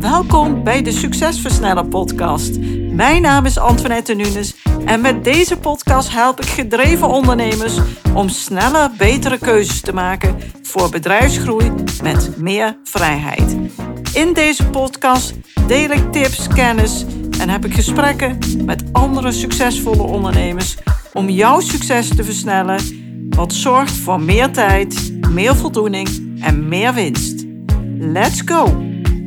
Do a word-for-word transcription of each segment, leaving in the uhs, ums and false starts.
Welkom bij de Succesversneller podcast. Mijn naam is Antoinette Nunes en met deze podcast help ik gedreven ondernemers om sneller, betere keuzes te maken voor bedrijfsgroei met meer vrijheid. In deze podcast deel ik tips, kennis en heb ik gesprekken met andere succesvolle ondernemers om jouw succes te versnellen, wat zorgt voor meer tijd, meer voldoening en meer winst. Let's go!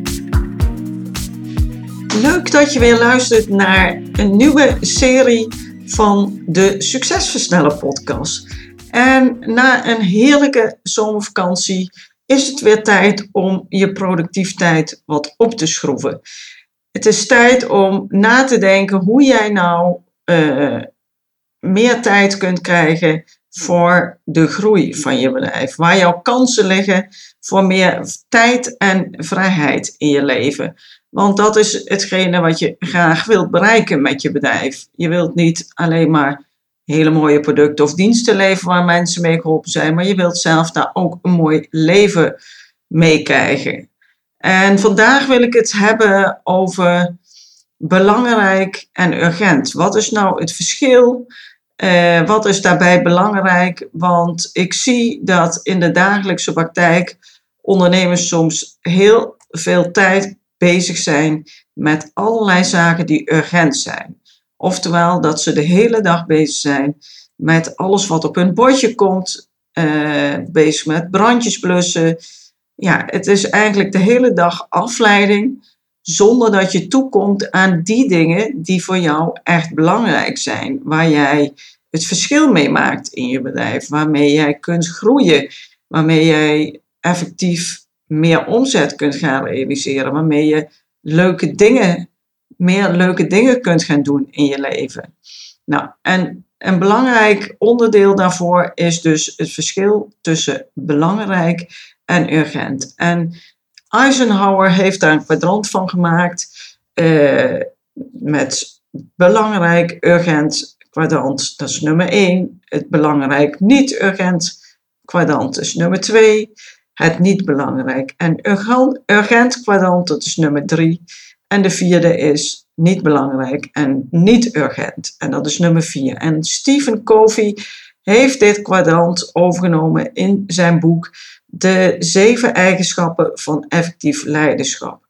Leuk dat je weer luistert naar een nieuwe serie van de Succesversneller podcast. En na een heerlijke zomervakantie is het weer tijd om je productiviteit wat op te schroeven. Het is tijd om na te denken hoe jij nou uh, meer tijd kunt krijgen voor de groei van je bedrijf. Waar jouw kansen liggen voor meer tijd en vrijheid in je leven. Want dat is hetgene wat je graag wilt bereiken met je bedrijf. Je wilt niet alleen maar hele mooie producten of diensten leveren waar mensen mee geholpen zijn. Maar je wilt zelf daar ook een mooi leven mee krijgen. En vandaag wil ik het hebben over belangrijk en urgent. Wat is nou het verschil? Uh, wat is daarbij belangrijk? Want ik zie dat in de dagelijkse praktijk ondernemers soms heel veel tijd bezig zijn met allerlei zaken die urgent zijn. Oftewel dat ze de hele dag bezig zijn met alles wat op hun bordje komt. Uh, bezig met brandjes blussen. Ja, het is eigenlijk de hele dag afleiding. Zonder dat je toekomt aan die dingen die voor jou echt belangrijk zijn. Waar jij het verschil mee maakt in je bedrijf. Waarmee jij kunt groeien. Waarmee jij effectief meer omzet kunt gaan realiseren. Waarmee je leuke dingen, meer leuke dingen kunt gaan doen in je leven. Nou, en een belangrijk onderdeel daarvoor is dus het verschil tussen belangrijk en urgent. En Eisenhower heeft daar een kwadrant van gemaakt uh, met belangrijk, urgent kwadrant. Dat is nummer één. Het belangrijk, niet urgent kwadrant is nummer twee. Het niet belangrijk en urgent kwadrant, dat is nummer drie. En de vierde is niet belangrijk en niet urgent. En dat is nummer vier. En Stephen Covey heeft dit kwadrant overgenomen in zijn boek De zeven eigenschappen van effectief leiderschap.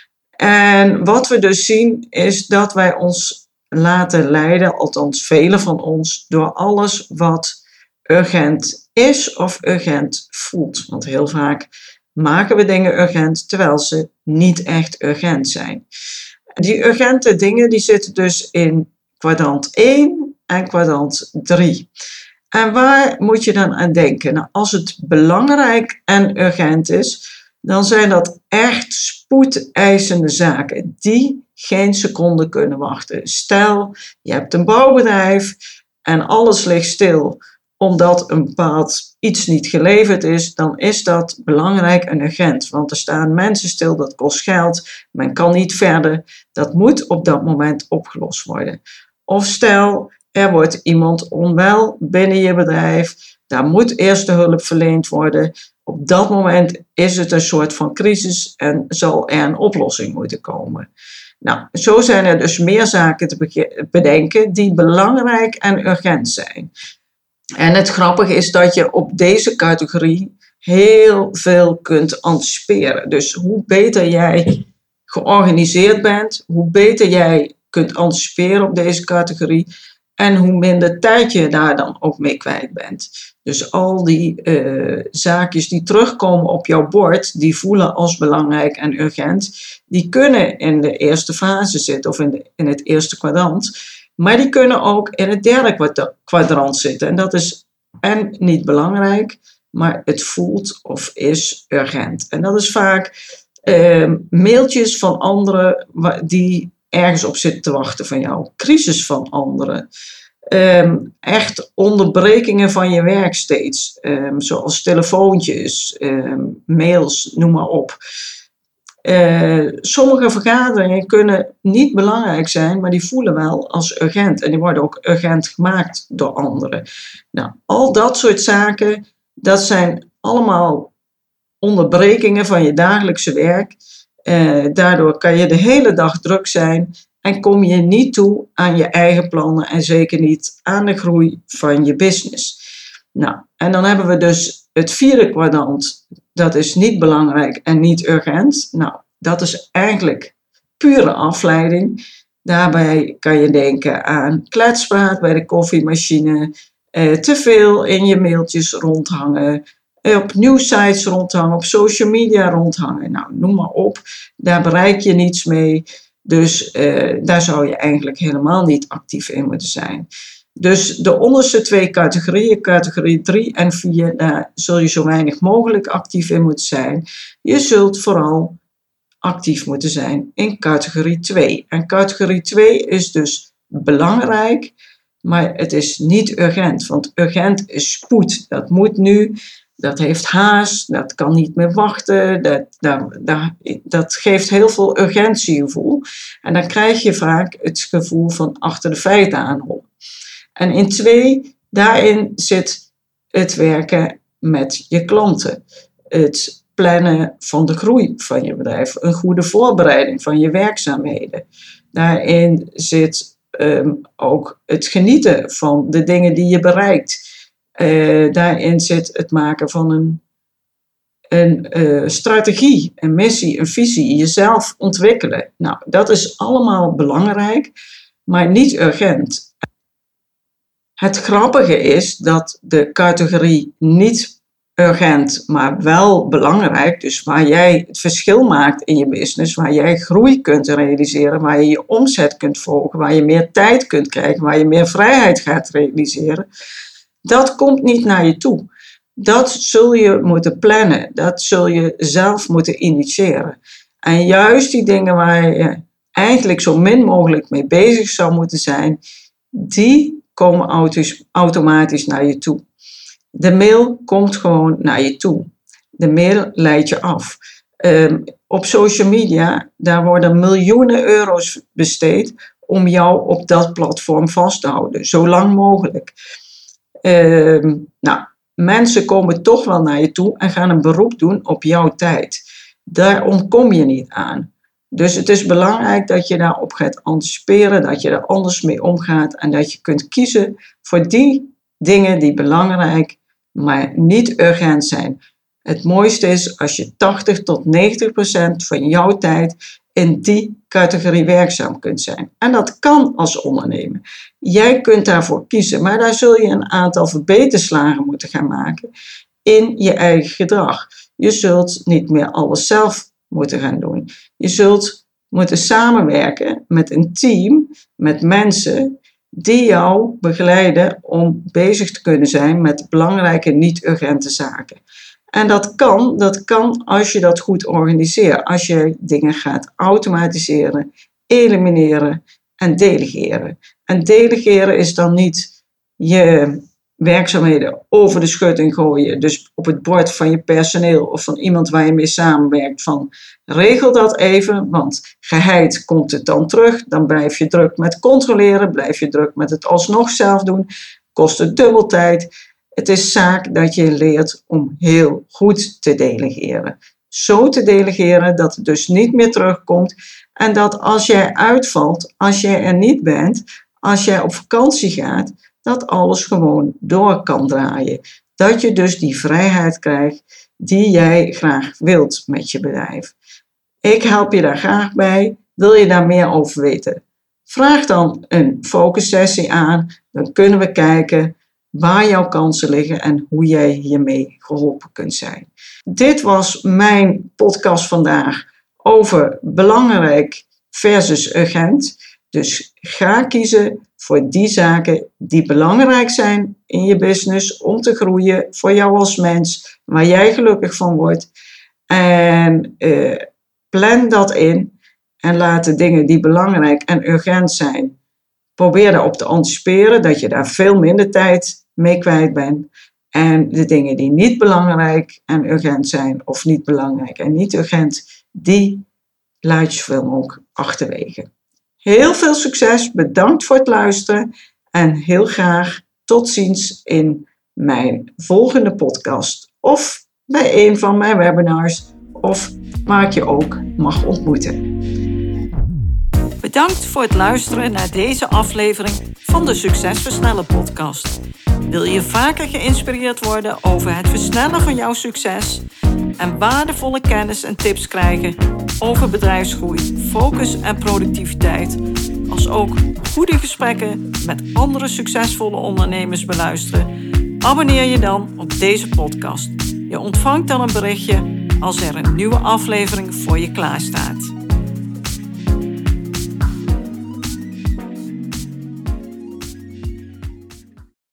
En wat we dus zien is dat wij ons laten leiden, althans velen van ons, door alles wat urgent is of urgent voelt. Want heel vaak maken we dingen urgent terwijl ze niet echt urgent zijn. Die urgente dingen die zitten dus in kwadrant één en kwadrant drie. En waar moet je dan aan denken? Nou, als het belangrijk en urgent is, dan zijn dat echt spoedeisende zaken die geen seconde kunnen wachten. Stel, je hebt een bouwbedrijf en alles ligt stil omdat een bepaald iets niet geleverd is, dan is dat belangrijk en urgent. Want er staan mensen stil, dat kost geld, men kan niet verder. Dat moet op dat moment opgelost worden. Of stel, er wordt iemand onwel binnen je bedrijf, daar moet eerste hulp verleend worden. Op dat moment is het een soort van crisis en zal er een oplossing moeten komen. Nou, zo zijn er dus meer zaken te bedenken die belangrijk en urgent zijn. En het grappige is dat je op deze categorie heel veel kunt anticiperen. Dus hoe beter jij georganiseerd bent, hoe beter jij kunt anticiperen op deze categorie en hoe minder tijd je daar dan ook mee kwijt bent. Dus al die uh, zaakjes die terugkomen op jouw bord, die voelen als belangrijk en urgent, die kunnen in de eerste fase zitten of in, de, in het eerste kwadrant. Maar die kunnen ook in het derde kwadrant zitten. En dat is en niet belangrijk, maar het voelt of is urgent. En dat is vaak uh, mailtjes van anderen die ergens op zitten te wachten van jou. Crisis van anderen. Um, echt onderbrekingen van je werk steeds. Um, zoals telefoontjes, um, mails, noem maar op. Uh, sommige vergaderingen kunnen niet belangrijk zijn, maar die voelen wel als urgent. En die worden ook urgent gemaakt door anderen. Nou, al dat soort zaken, dat zijn allemaal onderbrekingen van je dagelijkse werk. Uh, daardoor kan je de hele dag druk zijn en kom je niet toe aan je eigen plannen en zeker niet aan de groei van je business. Nou, en dan hebben we dus het vierde kwadrant. Dat is niet belangrijk en niet urgent. Nou, dat is eigenlijk pure afleiding. Daarbij kan je denken aan kletspraat bij de koffiemachine, eh, te veel in je mailtjes rondhangen, eh, op nieuwsites rondhangen, op social media rondhangen. Nou, noem maar op. Daar bereik je niets mee. Dus eh, daar zou je eigenlijk helemaal niet actief in moeten zijn. Dus de onderste twee categorieën, categorie drie en vier, daar zul je zo weinig mogelijk actief in moeten zijn. Je zult vooral actief moeten zijn in categorie twee. En categorie twee is dus belangrijk, maar het is niet urgent. Want urgent is spoed. Dat moet nu, dat heeft haast, dat kan niet meer wachten. Dat, dat, dat, dat geeft heel veel urgentiegevoel. En dan krijg je vaak het gevoel van achter de feiten aanhollen. En in twee, daarin zit het werken met je klanten. Het plannen van de groei van je bedrijf. Een goede voorbereiding van je werkzaamheden. Daarin zit um, ook het genieten van de dingen die je bereikt. Uh, daarin zit het maken van een, een uh, strategie, een missie, een visie. Jezelf ontwikkelen. Nou, dat is allemaal belangrijk, maar niet urgent. Het grappige is dat de categorie niet urgent, maar wel belangrijk, dus waar jij het verschil maakt in je business, waar jij groei kunt realiseren, waar je je omzet kunt volgen, waar je meer tijd kunt krijgen, waar je meer vrijheid gaat realiseren, dat komt niet naar je toe. Dat zul je moeten plannen, dat zul je zelf moeten initiëren. En juist die dingen waar je eigenlijk zo min mogelijk mee bezig zou moeten zijn, die komen automatisch naar je toe. De mail komt gewoon naar je toe. De mail leidt je af. Um, op social media, daar worden miljoenen euro's besteed om jou op dat platform vast te houden. Zo lang mogelijk. Um, nou, mensen komen toch wel naar je toe en gaan een beroep doen op jouw tijd. Daar ontkom je niet aan. Dus het is belangrijk dat je daarop gaat anticiperen, dat je er anders mee omgaat en dat je kunt kiezen voor die dingen die belangrijk, maar niet urgent zijn. Het mooiste is als je tachtig tot negentig procent van jouw tijd in die categorie werkzaam kunt zijn. En dat kan als ondernemer. Jij kunt daarvoor kiezen, maar daar zul je een aantal verbeterslagen moeten gaan maken in je eigen gedrag. Je zult niet meer alles zelf moeten gaan doen. Je zult moeten samenwerken met een team, met mensen die jou begeleiden om bezig te kunnen zijn met belangrijke, niet-urgente zaken. En dat kan, dat kan als je dat goed organiseert. Als je dingen gaat automatiseren, elimineren en delegeren. En delegeren is dan niet je werkzaamheden over de schutting gooien. Dus op het bord van je personeel of van iemand waar je mee samenwerkt. Van regel dat even, want geheid komt het dan terug. Dan blijf je druk met controleren, blijf je druk met het alsnog zelf doen. Kost het dubbel tijd. Het is zaak dat je leert om heel goed te delegeren. Zo te delegeren dat het dus niet meer terugkomt. En dat als jij uitvalt, als jij er niet bent, als jij op vakantie gaat, dat alles gewoon door kan draaien. Dat je dus die vrijheid krijgt die jij graag wilt met je bedrijf. Ik help je daar graag bij. Wil je daar meer over weten? Vraag dan een focussessie aan. Dan kunnen we kijken waar jouw kansen liggen en hoe jij hiermee geholpen kunt zijn. Dit was mijn podcast vandaag over belangrijk versus urgent. Dus ga kiezen voor die zaken die belangrijk zijn in je business om te groeien voor jou als mens, waar jij gelukkig van wordt. En uh, plan dat in en laat de dingen die belangrijk en urgent zijn, probeer daarop te anticiperen, dat je daar veel minder tijd mee kwijt bent. En de dingen die niet belangrijk en urgent zijn, of niet belangrijk en niet urgent, die laat je zoveel mogelijk achterwege. Heel veel succes, bedankt voor het luisteren en heel graag tot ziens in mijn volgende podcast of bij een van mijn webinars of waar ik je ook mag ontmoeten. Bedankt voor het luisteren naar deze aflevering van de Succesversnellen podcast. Wil je vaker geïnspireerd worden over het versnellen van jouw succes en waardevolle kennis en tips krijgen over bedrijfsgroei, focus en productiviteit, als ook goede gesprekken met andere succesvolle ondernemers beluisteren? Abonneer je dan op deze podcast. Je ontvangt dan een berichtje als er een nieuwe aflevering voor je klaarstaat.